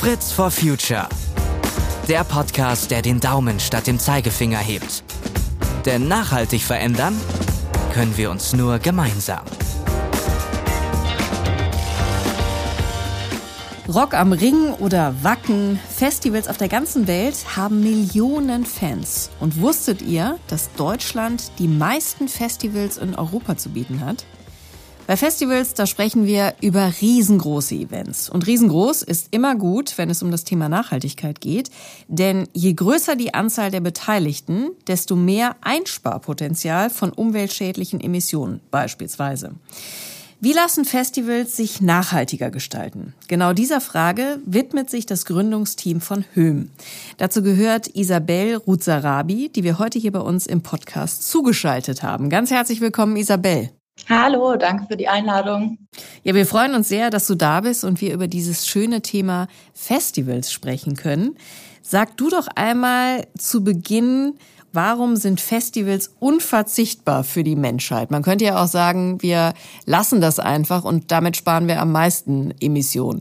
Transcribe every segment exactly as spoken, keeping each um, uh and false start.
Fritz for Future. Der Podcast, der den Daumen statt dem Zeigefinger hebt. Denn nachhaltig verändern können wir uns nur gemeinsam. Rock am Ring oder Wacken, Festivals auf der ganzen Welt haben Millionen Fans. Und wusstet ihr, dass Deutschland die meisten Festivals in Europa zu bieten hat? Bei Festivals, da sprechen wir über riesengroße Events. Und riesengroß ist immer gut, wenn es um das Thema Nachhaltigkeit geht. Denn je größer die Anzahl der Beteiligten, desto mehr Einsparpotenzial von umweltschädlichen Emissionen beispielsweise. Wie lassen Festivals sich nachhaltiger gestalten? Genau dieser Frage widmet sich das Gründungsteam von Höhm. Dazu gehört Isabel Ruzarabi, die wir heute hier bei uns im Podcast zugeschaltet haben. Ganz herzlich willkommen, Isabel. Hallo, danke für die Einladung. Ja, wir freuen uns sehr, dass du da bist und wir über dieses schöne Thema Festivals sprechen können. Sag du doch einmal zu Beginn, warum sind Festivals unverzichtbar für die Menschheit? Man könnte ja auch sagen, wir lassen das einfach und damit sparen wir am meisten Emissionen.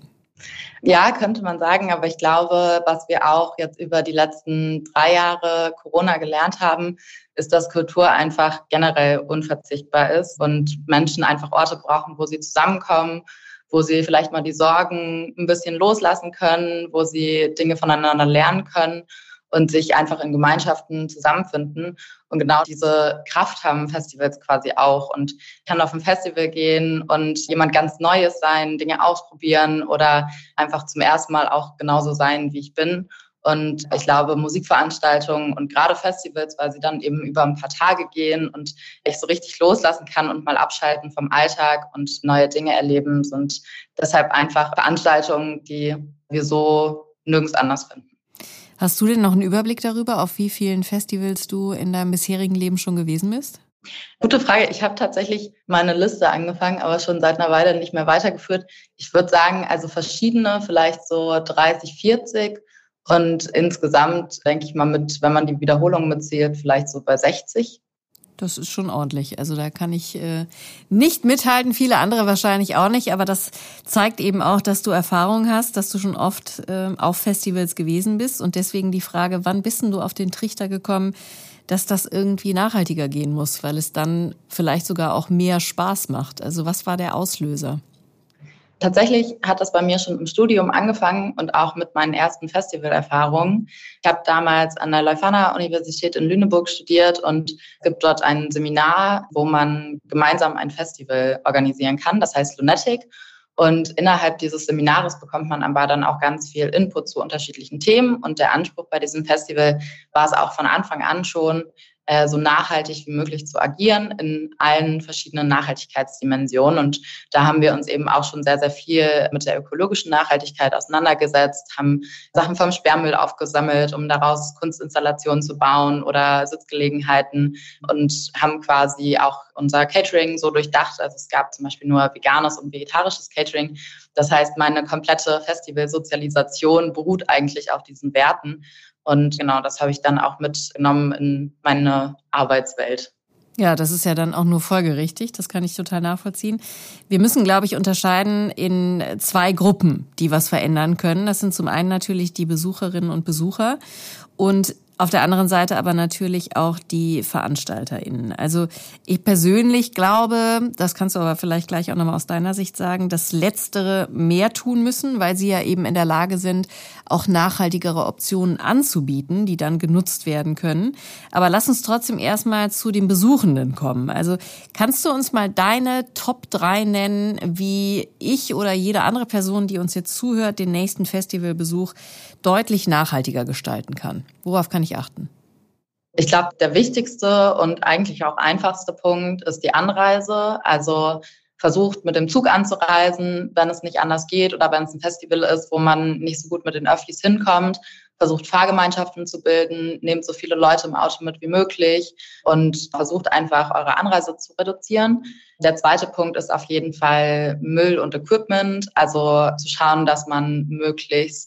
Ja, könnte man sagen, aber ich glaube, was wir auch jetzt über die letzten drei Jahre Corona gelernt haben, ist, dass Kultur einfach generell unverzichtbar ist und Menschen einfach Orte brauchen, wo sie zusammenkommen, wo sie vielleicht mal die Sorgen ein bisschen loslassen können, wo sie Dinge voneinander lernen können und sich einfach in Gemeinschaften zusammenfinden. Und genau diese Kraft haben Festivals quasi auch. Und ich kann auf ein Festival gehen und jemand ganz Neues sein, Dinge ausprobieren oder einfach zum ersten Mal auch genauso sein, wie ich bin. Und ich glaube, Musikveranstaltungen und gerade Festivals, weil sie dann eben über ein paar Tage gehen und ich so richtig loslassen kann und mal abschalten vom Alltag und neue Dinge erleben, sind deshalb einfach Veranstaltungen, die wir so nirgends anders finden. Hast du denn noch einen Überblick darüber, auf wie vielen Festivals du in deinem bisherigen Leben schon gewesen bist? Gute Frage. Ich habe tatsächlich meine Liste angefangen, aber schon seit einer Weile nicht mehr weitergeführt. Ich würde sagen, also verschiedene, vielleicht so dreißig, vierzig und insgesamt denke ich mal mit, wenn man die Wiederholung mitzählt, vielleicht so bei sechzig. Das ist schon ordentlich. Also da kann ich äh, nicht mithalten, viele andere wahrscheinlich auch nicht. Aber das zeigt eben auch, dass du Erfahrung hast, dass du schon oft äh, auf Festivals gewesen bist. Und deswegen die Frage, wann bist denn du auf den Trichter gekommen, dass das irgendwie nachhaltiger gehen muss, weil es dann vielleicht sogar auch mehr Spaß macht. Also was war der Auslöser? Tatsächlich hat das bei mir schon im Studium angefangen und auch mit meinen ersten Festivalerfahrungen. Ich habe damals an der Leuphana-Universität in Lüneburg studiert und es gibt dort ein Seminar, wo man gemeinsam ein Festival organisieren kann. Das heißt Lunatic. Und innerhalb dieses Seminares bekommt man aber dann auch ganz viel Input zu unterschiedlichen Themen. Und der Anspruch bei diesem Festival war es auch von Anfang an schon, so nachhaltig wie möglich zu agieren in allen verschiedenen Nachhaltigkeitsdimensionen. Und da haben wir uns eben auch schon sehr, sehr viel mit der ökologischen Nachhaltigkeit auseinandergesetzt, haben Sachen vom Sperrmüll aufgesammelt, um daraus Kunstinstallationen zu bauen oder Sitzgelegenheiten und haben quasi auch unser Catering so durchdacht. Also es gab zum Beispiel nur veganes und vegetarisches Catering. Das heißt, meine komplette Festivalsozialisation beruht eigentlich auf diesen Werten. Und genau, das habe ich dann auch mitgenommen in meine Arbeitswelt. Ja, das ist ja dann auch nur folgerichtig. Das kann ich total nachvollziehen. Wir müssen, glaube ich, unterscheiden in zwei Gruppen, die was verändern können. Das sind zum einen natürlich die Besucherinnen und Besucher und auf der anderen Seite aber natürlich auch die VeranstalterInnen. Also ich persönlich glaube, das kannst du aber vielleicht gleich auch nochmal aus deiner Sicht sagen, dass Letztere mehr tun müssen, weil sie ja eben in der Lage sind, auch nachhaltigere Optionen anzubieten, die dann genutzt werden können. Aber lass uns trotzdem erstmal zu den Besuchenden kommen. Also kannst du uns mal deine Top drei nennen, wie ich oder jede andere Person, die uns jetzt zuhört, den nächsten Festivalbesuch deutlich nachhaltiger gestalten kann? Worauf kann ich achten? Ich glaube, der wichtigste und eigentlich auch einfachste Punkt ist die Anreise. Also versucht mit dem Zug anzureisen, wenn es nicht anders geht oder wenn es ein Festival ist, wo man nicht so gut mit den Öffis hinkommt. Versucht Fahrgemeinschaften zu bilden, nehmt so viele Leute im Auto mit wie möglich und versucht einfach eure Anreise zu reduzieren. Der zweite Punkt ist auf jeden Fall Müll und Equipment, also zu schauen, dass man möglichst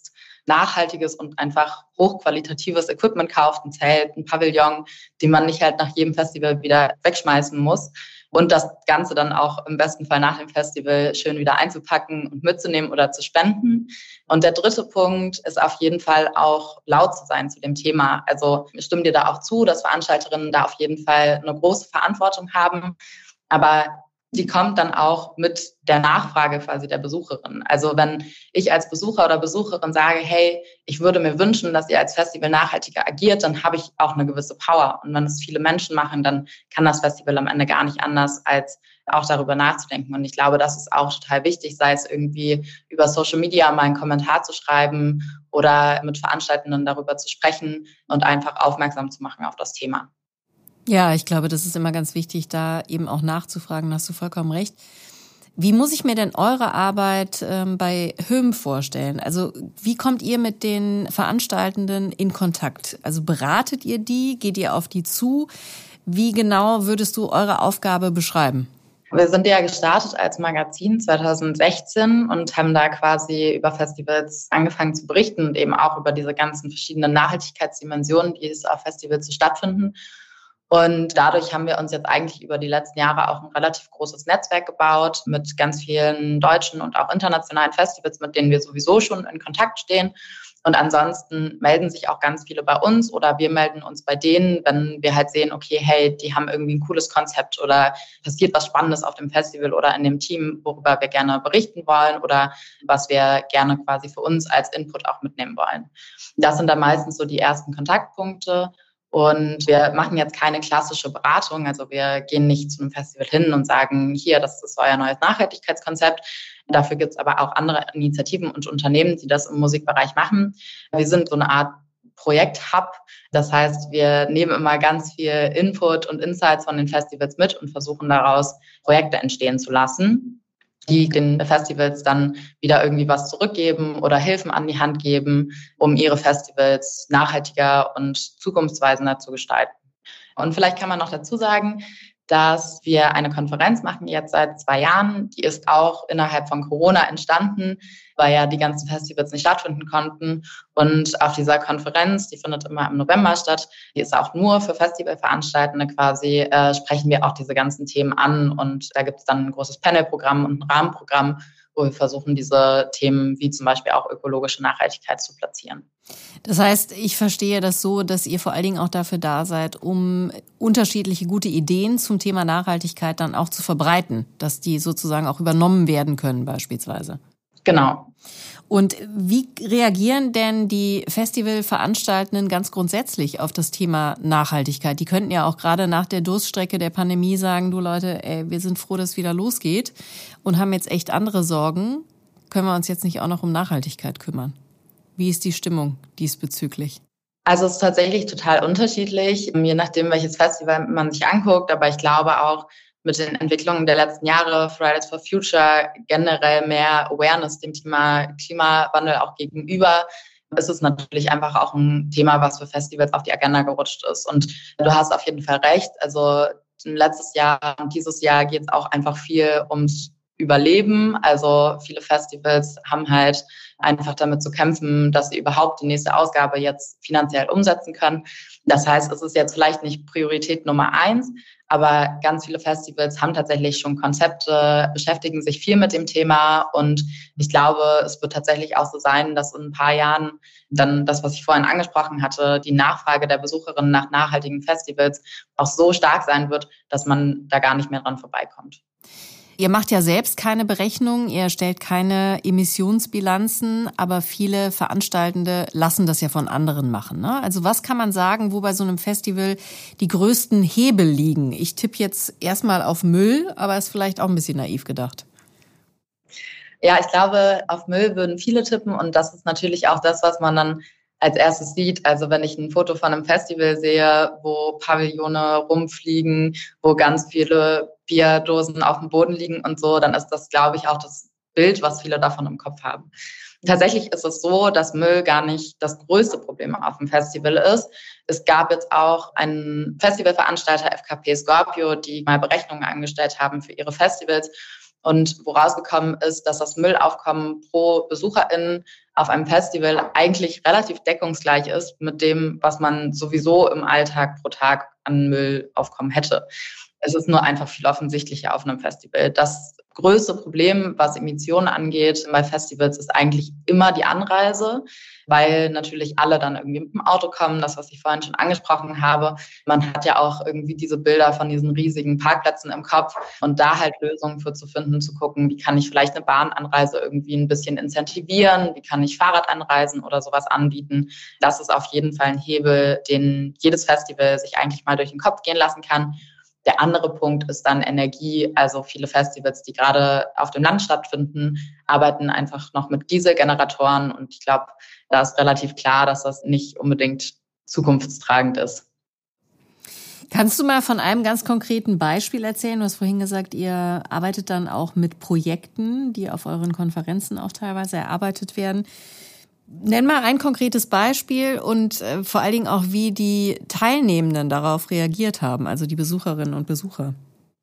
nachhaltiges und einfach hochqualitatives Equipment kauft, ein Zelt, ein Pavillon, den man nicht halt nach jedem Festival wieder wegschmeißen muss. Und das Ganze dann auch im besten Fall nach dem Festival schön wieder einzupacken und mitzunehmen oder zu spenden. Und der dritte Punkt ist auf jeden Fall auch laut zu sein zu dem Thema. Also ich stimme dir da auch zu, dass Veranstalterinnen da auf jeden Fall eine große Verantwortung haben. Aber die kommt dann auch mit der Nachfrage quasi der Besucherin. Also wenn ich als Besucher oder Besucherin sage, hey, ich würde mir wünschen, dass ihr als Festival nachhaltiger agiert, dann habe ich auch eine gewisse Power. Und wenn es viele Menschen machen, dann kann das Festival am Ende gar nicht anders, als auch darüber nachzudenken. Und ich glaube, das ist auch total wichtig, sei es irgendwie über Social Media mal einen Kommentar zu schreiben oder mit Veranstaltenden darüber zu sprechen und einfach aufmerksam zu machen auf das Thema. Ja, ich glaube, das ist immer ganz wichtig, da eben auch nachzufragen, da hast du vollkommen recht. Wie muss ich mir denn eure Arbeit ähm, bei H Ö M vorstellen? Also wie kommt ihr mit den Veranstaltenden in Kontakt? Also beratet ihr die? Geht ihr auf die zu? Wie genau würdest du eure Aufgabe beschreiben? Wir sind ja gestartet als Magazin zwanzig sechzehn und haben da quasi über Festivals angefangen zu berichten und eben auch über diese ganzen verschiedenen Nachhaltigkeitsdimensionen, die es auf Festivals so stattfinden. Und dadurch haben wir uns jetzt eigentlich über die letzten Jahre auch ein relativ großes Netzwerk gebaut mit ganz vielen deutschen und auch internationalen Festivals, mit denen wir sowieso schon in Kontakt stehen. Und ansonsten melden sich auch ganz viele bei uns oder wir melden uns bei denen, wenn wir halt sehen, okay, hey, die haben irgendwie ein cooles Konzept oder passiert was Spannendes auf dem Festival oder in dem Team, worüber wir gerne berichten wollen oder was wir gerne quasi für uns als Input auch mitnehmen wollen. Das sind dann meistens so die ersten Kontaktpunkte. Und wir machen jetzt keine klassische Beratung, also wir gehen nicht zu einem Festival hin und sagen, hier, das ist euer neues Nachhaltigkeitskonzept. Dafür gibt es aber auch andere Initiativen und Unternehmen, die das im Musikbereich machen. Wir sind so eine Art Projekt-Hub. Das heißt, wir nehmen immer ganz viel Input und Insights von den Festivals mit und versuchen daraus Projekte entstehen zu lassen, die den Festivals dann wieder irgendwie was zurückgeben oder Hilfen an die Hand geben, um ihre Festivals nachhaltiger und zukunftsweisender zu gestalten. Und vielleicht kann man noch dazu sagen, dass wir eine Konferenz machen jetzt seit zwei Jahren. Die ist auch innerhalb von Corona entstanden, weil ja die ganzen Festivals nicht stattfinden konnten. Und auf dieser Konferenz, die findet immer im November statt, die ist auch nur für Festivalveranstaltende quasi, äh, sprechen wir auch diese ganzen Themen an. Und da gibt es dann ein großes Panelprogramm und ein Rahmenprogramm, wo wir versuchen, diese Themen wie zum Beispiel auch ökologische Nachhaltigkeit zu platzieren. Das heißt, ich verstehe das so, dass ihr vor allen Dingen auch dafür da seid, um unterschiedliche gute Ideen zum Thema Nachhaltigkeit dann auch zu verbreiten, dass die sozusagen auch übernommen werden können beispielsweise. Genau. Und wie reagieren denn die Festivalveranstaltenden ganz grundsätzlich auf das Thema Nachhaltigkeit? Die könnten ja auch gerade nach der Durststrecke der Pandemie sagen, du Leute, ey, wir sind froh, dass es wieder losgeht und haben jetzt echt andere Sorgen. Können wir uns jetzt nicht auch noch um Nachhaltigkeit kümmern? Wie ist die Stimmung diesbezüglich? Also es ist tatsächlich total unterschiedlich, je nachdem, welches Festival man sich anguckt. Aber ich glaube auch, mit den Entwicklungen der letzten Jahre, Fridays for Future, generell mehr Awareness dem Thema Klimawandel auch gegenüber, ist es natürlich einfach auch ein Thema, was für Festivals auf die Agenda gerutscht ist. Und du hast auf jeden Fall recht. Also letztes Jahr und dieses Jahr geht es auch einfach viel ums Überleben. Also viele Festivals haben halt einfach damit zu kämpfen, dass sie überhaupt die nächste Ausgabe jetzt finanziell umsetzen können. Das heißt, es ist jetzt vielleicht nicht Priorität Nummer eins, aber ganz viele Festivals haben tatsächlich schon Konzepte, beschäftigen sich viel mit dem Thema und ich glaube, es wird tatsächlich auch so sein, dass in ein paar Jahren dann das, was ich vorhin angesprochen hatte, die Nachfrage der Besucherinnen nach nachhaltigen Festivals auch so stark sein wird, dass man da gar nicht mehr dran vorbeikommt. Ihr macht ja selbst keine Berechnungen, ihr stellt keine Emissionsbilanzen, aber viele Veranstaltende lassen das ja von anderen machen, ne? Also was kann man sagen, wo bei so einem Festival die größten Hebel liegen? Ich tippe jetzt erstmal auf Müll, aber ist vielleicht auch ein bisschen naiv gedacht. Ja, ich glaube, auf Müll würden viele tippen und das ist natürlich auch das, was man dann als erstes sieht. Also wenn ich ein Foto von einem Festival sehe, wo Pavillone rumfliegen, wo ganz viele Bierdosen auf dem Boden liegen und so, dann ist das, glaube ich, auch das Bild, was viele davon im Kopf haben. Tatsächlich ist es so, dass Müll gar nicht das größte Problem auf dem Festival ist. Es gab jetzt auch einen Festivalveranstalter, F K P Scorpio, die mal Berechnungen angestellt haben für ihre Festivals. Und wo rausgekommen ist, dass das Müllaufkommen pro BesucherInnen auf einem Festival eigentlich relativ deckungsgleich ist mit dem, was man sowieso im Alltag pro Tag an Müllaufkommen hätte. Es ist nur einfach viel offensichtlicher auf einem Festival. Das größte Problem, was Emissionen angeht bei Festivals, ist eigentlich immer die Anreise, weil natürlich alle dann irgendwie mit dem Auto kommen, das, was ich vorhin schon angesprochen habe. Man hat ja auch irgendwie diese Bilder von diesen riesigen Parkplätzen im Kopf und da halt Lösungen für zu finden, zu gucken, wie kann ich vielleicht eine Bahnanreise irgendwie ein bisschen incentivieren, wie kann ich Fahrradanreisen oder sowas anbieten. Das ist auf jeden Fall ein Hebel, den jedes Festival sich eigentlich mal durch den Kopf gehen lassen kann. Der andere Punkt ist dann Energie. Also viele Festivals, die gerade auf dem Land stattfinden, arbeiten einfach noch mit Dieselgeneratoren. Und ich glaube, da ist relativ klar, dass das nicht unbedingt zukunftstragend ist. Kannst du mal von einem ganz konkreten Beispiel erzählen? Du hast vorhin gesagt, ihr arbeitet dann auch mit Projekten, die auf euren Konferenzen auch teilweise erarbeitet werden. Nenn mal ein konkretes Beispiel und äh, vor allen Dingen auch, wie die Teilnehmenden darauf reagiert haben, also die Besucherinnen und Besucher.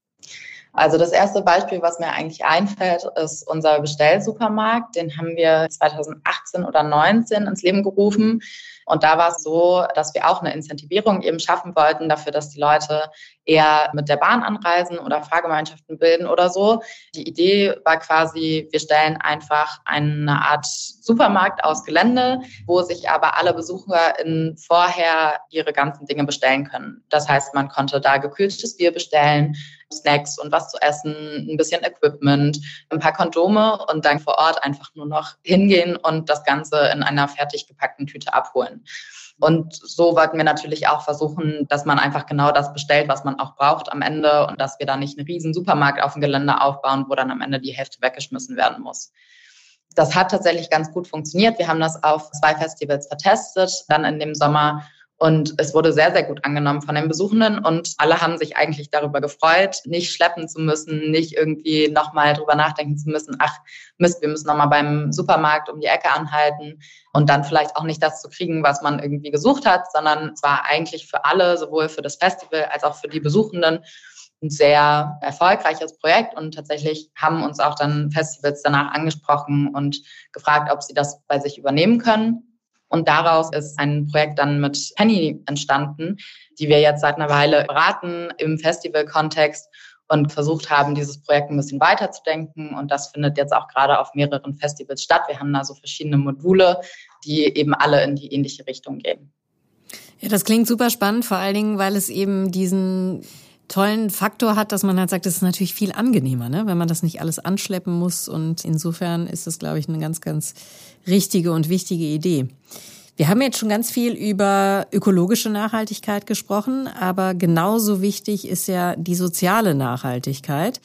Also das erste Beispiel, was mir eigentlich einfällt, ist unser Bestellsupermarkt. Den haben wir zweitausendachtzehn oder neunzehn ins Leben gerufen. Und da war es so, dass wir auch eine Incentivierung eben schaffen wollten dafür, dass die Leute eher mit der Bahn anreisen oder Fahrgemeinschaften bilden oder so. Die Idee war quasi, wir stellen einfach eine Art Supermarkt aus Gelände, wo sich aber alle BesucherInnen vorher ihre ganzen Dinge bestellen können. Das heißt, man konnte da gekühltes Bier bestellen, Snacks und was zu essen, ein bisschen Equipment, ein paar Kondome und dann vor Ort einfach nur noch hingehen und das Ganze in einer fertig gepackten Tüte abholen. Und so wollten wir natürlich auch versuchen, dass man einfach genau das bestellt, was man auch braucht am Ende und dass wir da nicht einen riesen Supermarkt auf dem Gelände aufbauen, wo dann am Ende die Hälfte weggeschmissen werden muss. Das hat tatsächlich ganz gut funktioniert. Wir haben das auf zwei Festivals vertestet, dann in dem Sommer. Und es wurde sehr, sehr gut angenommen von den Besuchenden und alle haben sich eigentlich darüber gefreut, nicht schleppen zu müssen, nicht irgendwie nochmal drüber nachdenken zu müssen, ach Mist, wir müssen nochmal beim Supermarkt um die Ecke anhalten und dann vielleicht auch nicht das zu kriegen, was man irgendwie gesucht hat, sondern es war eigentlich für alle, sowohl für das Festival als auch für die Besuchenden, ein sehr erfolgreiches Projekt und tatsächlich haben uns auch dann Festivals danach angesprochen und gefragt, ob sie das bei sich übernehmen können. Und daraus ist ein Projekt dann mit Penny entstanden, die wir jetzt seit einer Weile beraten im Festival-Kontext und versucht haben, dieses Projekt ein bisschen weiterzudenken. Und das findet jetzt auch gerade auf mehreren Festivals statt. Wir haben da so verschiedene Module, die eben alle in die ähnliche Richtung gehen. Ja, das klingt super spannend, vor allen Dingen, weil es eben diesen tollen Faktor hat, dass man halt sagt, das ist natürlich viel angenehmer, ne, wenn man das nicht alles anschleppen muss. Und insofern ist das, glaube ich, eine ganz, ganz richtige und wichtige Idee. Wir haben jetzt schon ganz viel über ökologische Nachhaltigkeit gesprochen, aber genauso wichtig ist ja die soziale Nachhaltigkeit.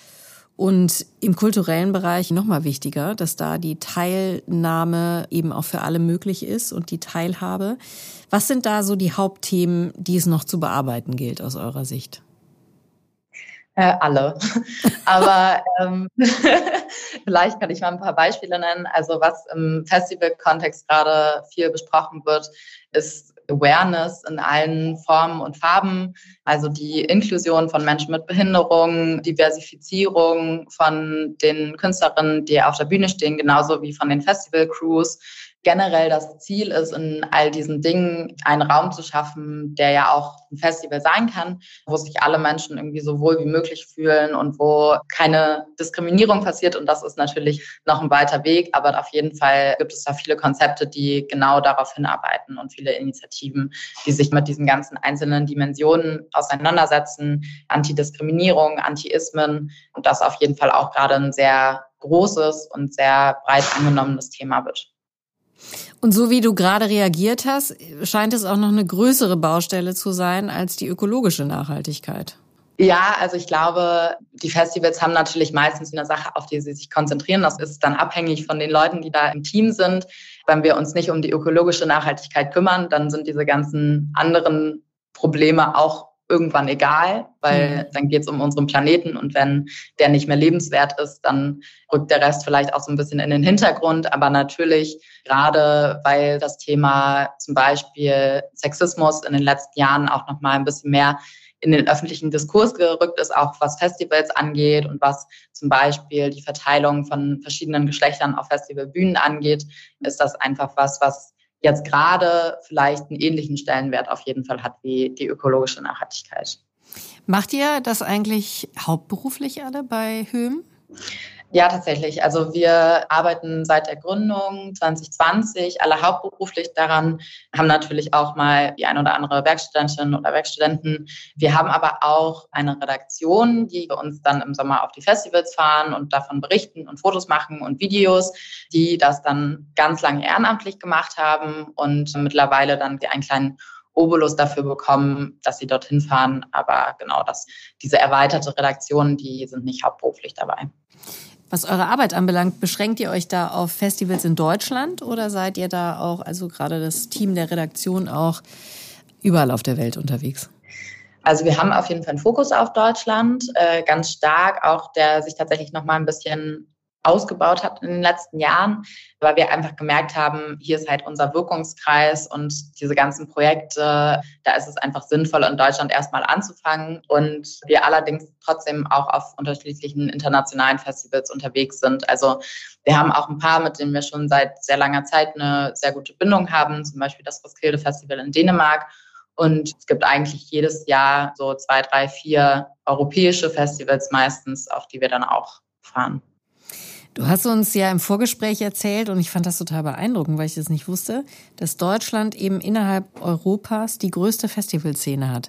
Und im kulturellen Bereich nochmal wichtiger, dass da die Teilnahme eben auch für alle möglich ist und die Teilhabe. Was sind da so die Hauptthemen, die es noch zu bearbeiten gilt aus eurer Sicht? Äh, alle. Aber ähm, vielleicht kann ich mal ein paar Beispiele nennen. Also was im Festival-Kontext gerade viel besprochen wird, ist Awareness in allen Formen und Farben. Also die Inklusion von Menschen mit Behinderung, Diversifizierung von den Künstlerinnen, die auf der Bühne stehen, genauso wie von den Festival-Crews. Generell das Ziel ist, in all diesen Dingen einen Raum zu schaffen, der ja auch ein Festival sein kann, wo sich alle Menschen irgendwie so wohl wie möglich fühlen und wo keine Diskriminierung passiert. Und das ist natürlich noch ein weiter Weg, aber auf jeden Fall gibt es da viele Konzepte, die genau darauf hinarbeiten und viele Initiativen, die sich mit diesen ganzen einzelnen Dimensionen auseinandersetzen. Antidiskriminierung, Antiismen und das auf jeden Fall auch gerade ein sehr großes und sehr breit angenommenes Thema wird. Und so wie du gerade reagiert hast, scheint es auch noch eine größere Baustelle zu sein als die ökologische Nachhaltigkeit. Ja, also ich glaube, die Festivals haben natürlich meistens eine Sache, auf die sie sich konzentrieren. Das ist dann abhängig von den Leuten, die da im Team sind. Wenn wir uns nicht um die ökologische Nachhaltigkeit kümmern, dann sind diese ganzen anderen Probleme auch irgendwann egal, weil dann geht es um unseren Planeten und wenn der nicht mehr lebenswert ist, dann rückt der Rest vielleicht auch so ein bisschen in den Hintergrund. Aber natürlich, gerade weil das Thema zum Beispiel Sexismus in den letzten Jahren auch noch mal ein bisschen mehr in den öffentlichen Diskurs gerückt ist, auch was Festivals angeht und was zum Beispiel die Verteilung von verschiedenen Geschlechtern auf Festivalbühnen angeht, ist das einfach was, was jetzt gerade vielleicht einen ähnlichen Stellenwert auf jeden Fall hat wie die ökologische Nachhaltigkeit. Macht ihr das eigentlich hauptberuflich alle bei H Ö M? Ja, tatsächlich. Also wir arbeiten seit der Gründung zwanzig zwanzig alle hauptberuflich daran, haben natürlich auch mal die ein oder andere Werkstudentin oder Werkstudenten. Wir haben aber auch eine Redaktion, die wir uns dann im Sommer auf die Festivals fahren und davon berichten und Fotos machen und Videos, die das dann ganz lange ehrenamtlich gemacht haben und mittlerweile dann einen kleinen Obolus dafür bekommen, dass sie dorthin fahren. Aber genau das, diese erweiterte Redaktion, die sind nicht hauptberuflich dabei. Was eure Arbeit anbelangt, beschränkt ihr euch da auf Festivals in Deutschland oder seid ihr da auch, also gerade das Team der Redaktion, auch überall auf der Welt unterwegs? Also wir haben auf jeden Fall einen Fokus auf Deutschland, äh, ganz stark, auch der sich tatsächlich noch mal ein bisschen ausgebaut hat in den letzten Jahren, weil wir einfach gemerkt haben, hier ist halt unser Wirkungskreis und diese ganzen Projekte, da ist es einfach sinnvoll, in Deutschland erstmal anzufangen und wir allerdings trotzdem auch auf unterschiedlichen internationalen Festivals unterwegs sind. Also wir haben auch ein paar, mit denen wir schon seit sehr langer Zeit eine sehr gute Bindung haben, zum Beispiel das Roskilde Festival in Dänemark. Und es gibt eigentlich jedes Jahr so zwei, drei, vier europäische Festivals meistens, auf die wir dann auch fahren. Du hast uns ja im Vorgespräch erzählt, und ich fand das total beeindruckend, weil ich das nicht wusste, dass Deutschland eben innerhalb Europas die größte Festivalszene hat.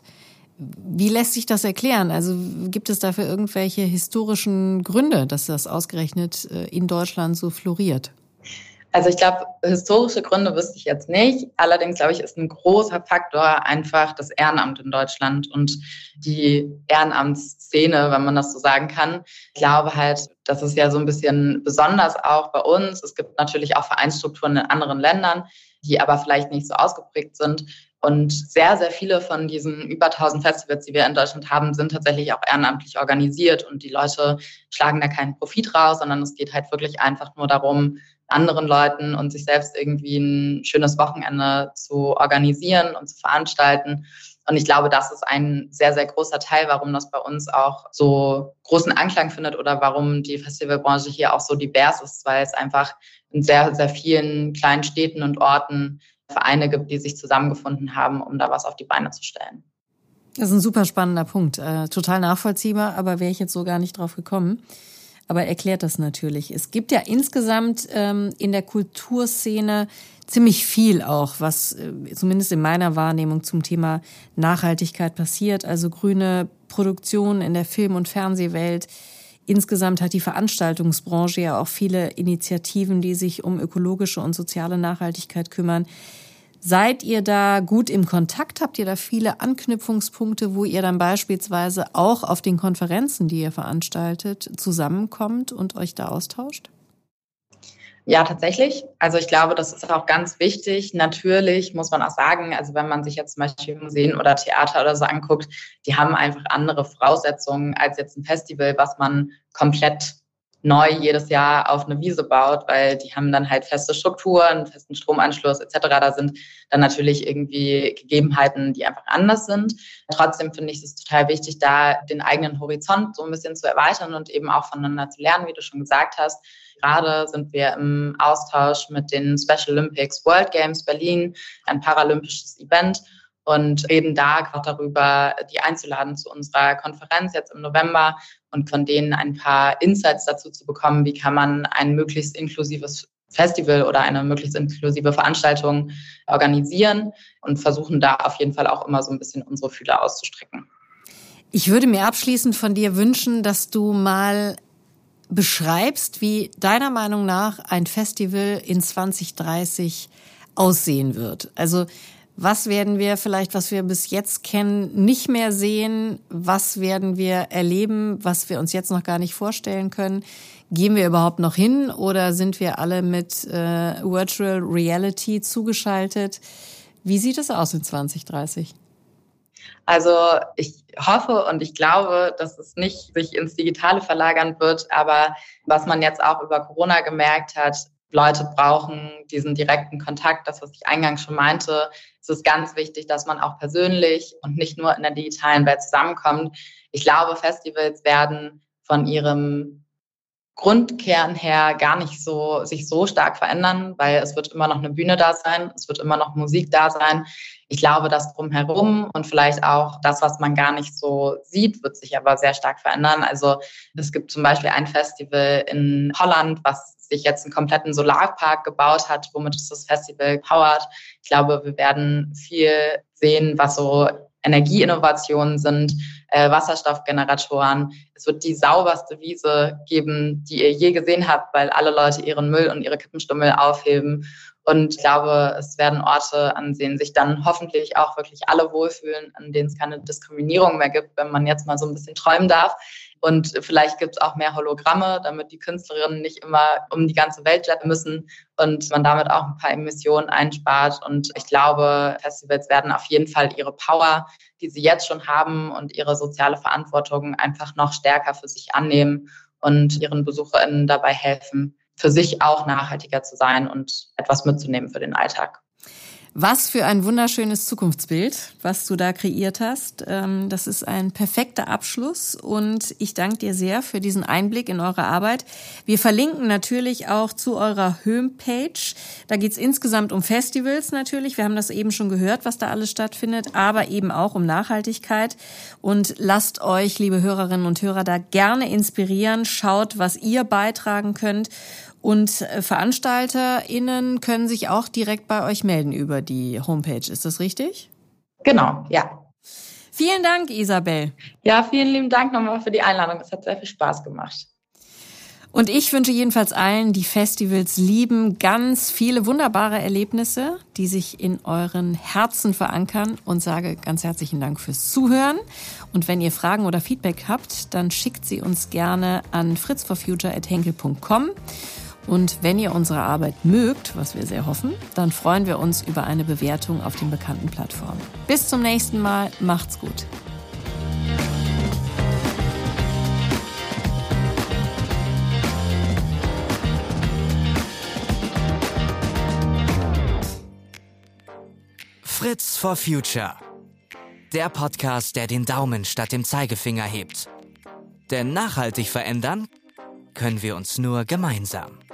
Wie lässt sich das erklären? Also gibt es dafür irgendwelche historischen Gründe, dass das ausgerechnet in Deutschland so floriert? Also ich glaube, historische Gründe wüsste ich jetzt nicht. Allerdings, glaube ich, ist ein großer Faktor einfach das Ehrenamt in Deutschland und die Ehrenamtsszene, wenn man das so sagen kann. Ich glaube halt, das ist ja so ein bisschen besonders auch bei uns. Es gibt natürlich auch Vereinsstrukturen in anderen Ländern, die aber vielleicht nicht so ausgeprägt sind. Und sehr, sehr viele von diesen über tausend Festivals, die wir in Deutschland haben, sind tatsächlich auch ehrenamtlich organisiert. Und die Leute schlagen da keinen Profit raus, sondern es geht halt wirklich einfach nur darum, anderen Leuten und sich selbst irgendwie ein schönes Wochenende zu organisieren und zu veranstalten. Und ich glaube, das ist ein sehr, sehr großer Teil, warum das bei uns auch so großen Anklang findet oder warum die Festivalbranche hier auch so divers ist, weil es einfach in sehr, sehr vielen kleinen Städten und Orten Vereine gibt, die sich zusammengefunden haben, um da was auf die Beine zu stellen. Das ist ein super spannender Punkt. Äh, total nachvollziehbar, aber wäre ich jetzt so gar nicht drauf gekommen. Aber erklärt das natürlich. Es gibt ja insgesamt ähm, in der Kulturszene ziemlich viel auch, was äh, zumindest in meiner Wahrnehmung zum Thema Nachhaltigkeit passiert. Also grüne Produktion in der Film- und Fernsehwelt. Insgesamt hat die Veranstaltungsbranche ja auch viele Initiativen, die sich um ökologische und soziale Nachhaltigkeit kümmern. Seid ihr da gut im Kontakt? Habt ihr da viele Anknüpfungspunkte, wo ihr dann beispielsweise auch auf den Konferenzen, die ihr veranstaltet, zusammenkommt und euch da austauscht? Ja, tatsächlich. Also ich glaube, das ist auch ganz wichtig. Natürlich muss man auch sagen, also wenn man sich jetzt zum Beispiel Museen oder Theater oder so anguckt, die haben einfach andere Voraussetzungen als jetzt ein Festival, was man komplett neu jedes Jahr auf eine Wiese baut, weil die haben dann halt feste Strukturen, festen Stromanschluss et cetera. Da sind dann natürlich irgendwie Gegebenheiten, die einfach anders sind. Trotzdem finde ich es total wichtig, da den eigenen Horizont so ein bisschen zu erweitern und eben auch voneinander zu lernen, wie du schon gesagt hast. Gerade sind wir im Austausch mit den Special Olympics World Games Berlin, ein paralympisches Event, und reden da gerade darüber, die einzuladen zu unserer Konferenz jetzt im November und von denen ein paar Insights dazu zu bekommen, wie kann man ein möglichst inklusives Festival oder eine möglichst inklusive Veranstaltung organisieren, und versuchen da auf jeden Fall auch immer so ein bisschen unsere Fühler auszustrecken. Ich würde mir abschließend von dir wünschen, dass du mal beschreibst, wie deiner Meinung nach ein Festival in zwanzig dreißig aussehen wird. Also was werden wir vielleicht, was wir bis jetzt kennen, nicht mehr sehen? Was werden wir erleben, was wir uns jetzt noch gar nicht vorstellen können? Gehen wir überhaupt noch hin oder sind wir alle mit äh, Virtual Reality zugeschaltet? Wie sieht es aus in zwanzig dreißig? Also ich hoffe und ich glaube, dass es nicht sich ins Digitale verlagern wird. Aber was man jetzt auch über Corona gemerkt hat, Leute brauchen diesen direkten Kontakt, das, was ich eingangs schon meinte. Es ist ganz wichtig, dass man auch persönlich und nicht nur in der digitalen Welt zusammenkommt. Ich glaube, Festivals werden von ihrem Grundkern her gar nicht so sich so stark verändern, weil es wird immer noch eine Bühne da sein, es wird immer noch Musik da sein. Ich glaube, das Drumherum und vielleicht auch das, was man gar nicht so sieht, wird sich aber sehr stark verändern. Also es gibt zum Beispiel ein Festival in Holland, was sich jetzt einen kompletten Solarpark gebaut hat, womit es das Festival powert. Ich glaube, wir werden viel sehen, was so Energieinnovationen sind, äh, Wasserstoffgeneratoren. Es wird die sauberste Wiese geben, die ihr je gesehen habt, weil alle Leute ihren Müll und ihre Kippenstummel aufheben. Und ich glaube, es werden Orte, an denen sich dann hoffentlich auch wirklich alle wohlfühlen, an denen es keine Diskriminierung mehr gibt, wenn man jetzt mal so ein bisschen träumen darf. Und vielleicht gibt es auch mehr Hologramme, damit die Künstlerinnen nicht immer um die ganze Welt jetten müssen und man damit auch ein paar Emissionen einspart. Und ich glaube, Festivals werden auf jeden Fall ihre Power, die sie jetzt schon haben, und ihre soziale Verantwortung einfach noch stärker für sich annehmen und ihren BesucherInnen dabei helfen, für sich auch nachhaltiger zu sein und etwas mitzunehmen für den Alltag. Was für ein wunderschönes Zukunftsbild, was du da kreiert hast. Das ist ein perfekter Abschluss und ich danke dir sehr für diesen Einblick in eure Arbeit. Wir verlinken natürlich auch zu eurer Homepage. Da geht es insgesamt um Festivals natürlich. Wir haben das eben schon gehört, was da alles stattfindet, aber eben auch um Nachhaltigkeit. Und lasst euch, liebe Hörerinnen und Hörer, da gerne inspirieren. Schaut, was ihr beitragen könnt. Und VeranstalterInnen können sich auch direkt bei euch melden über die Homepage. Ist das richtig? Genau, ja. Vielen Dank, Isabel. Ja, vielen lieben Dank nochmal für die Einladung. Es hat sehr viel Spaß gemacht. Und ich wünsche jedenfalls allen, die Festivals lieben, ganz viele wunderbare Erlebnisse, die sich in euren Herzen verankern, und sage ganz herzlichen Dank fürs Zuhören. Und wenn ihr Fragen oder Feedback habt, dann schickt sie uns gerne an fritz for future at henkel punkt com. Und wenn ihr unsere Arbeit mögt, was wir sehr hoffen, dann freuen wir uns über eine Bewertung auf den bekannten Plattformen. Bis zum nächsten Mal, macht's gut. Fritz for Future. Der Podcast, der den Daumen statt dem Zeigefinger hebt. Denn nachhaltig verändern können wir uns nur gemeinsam.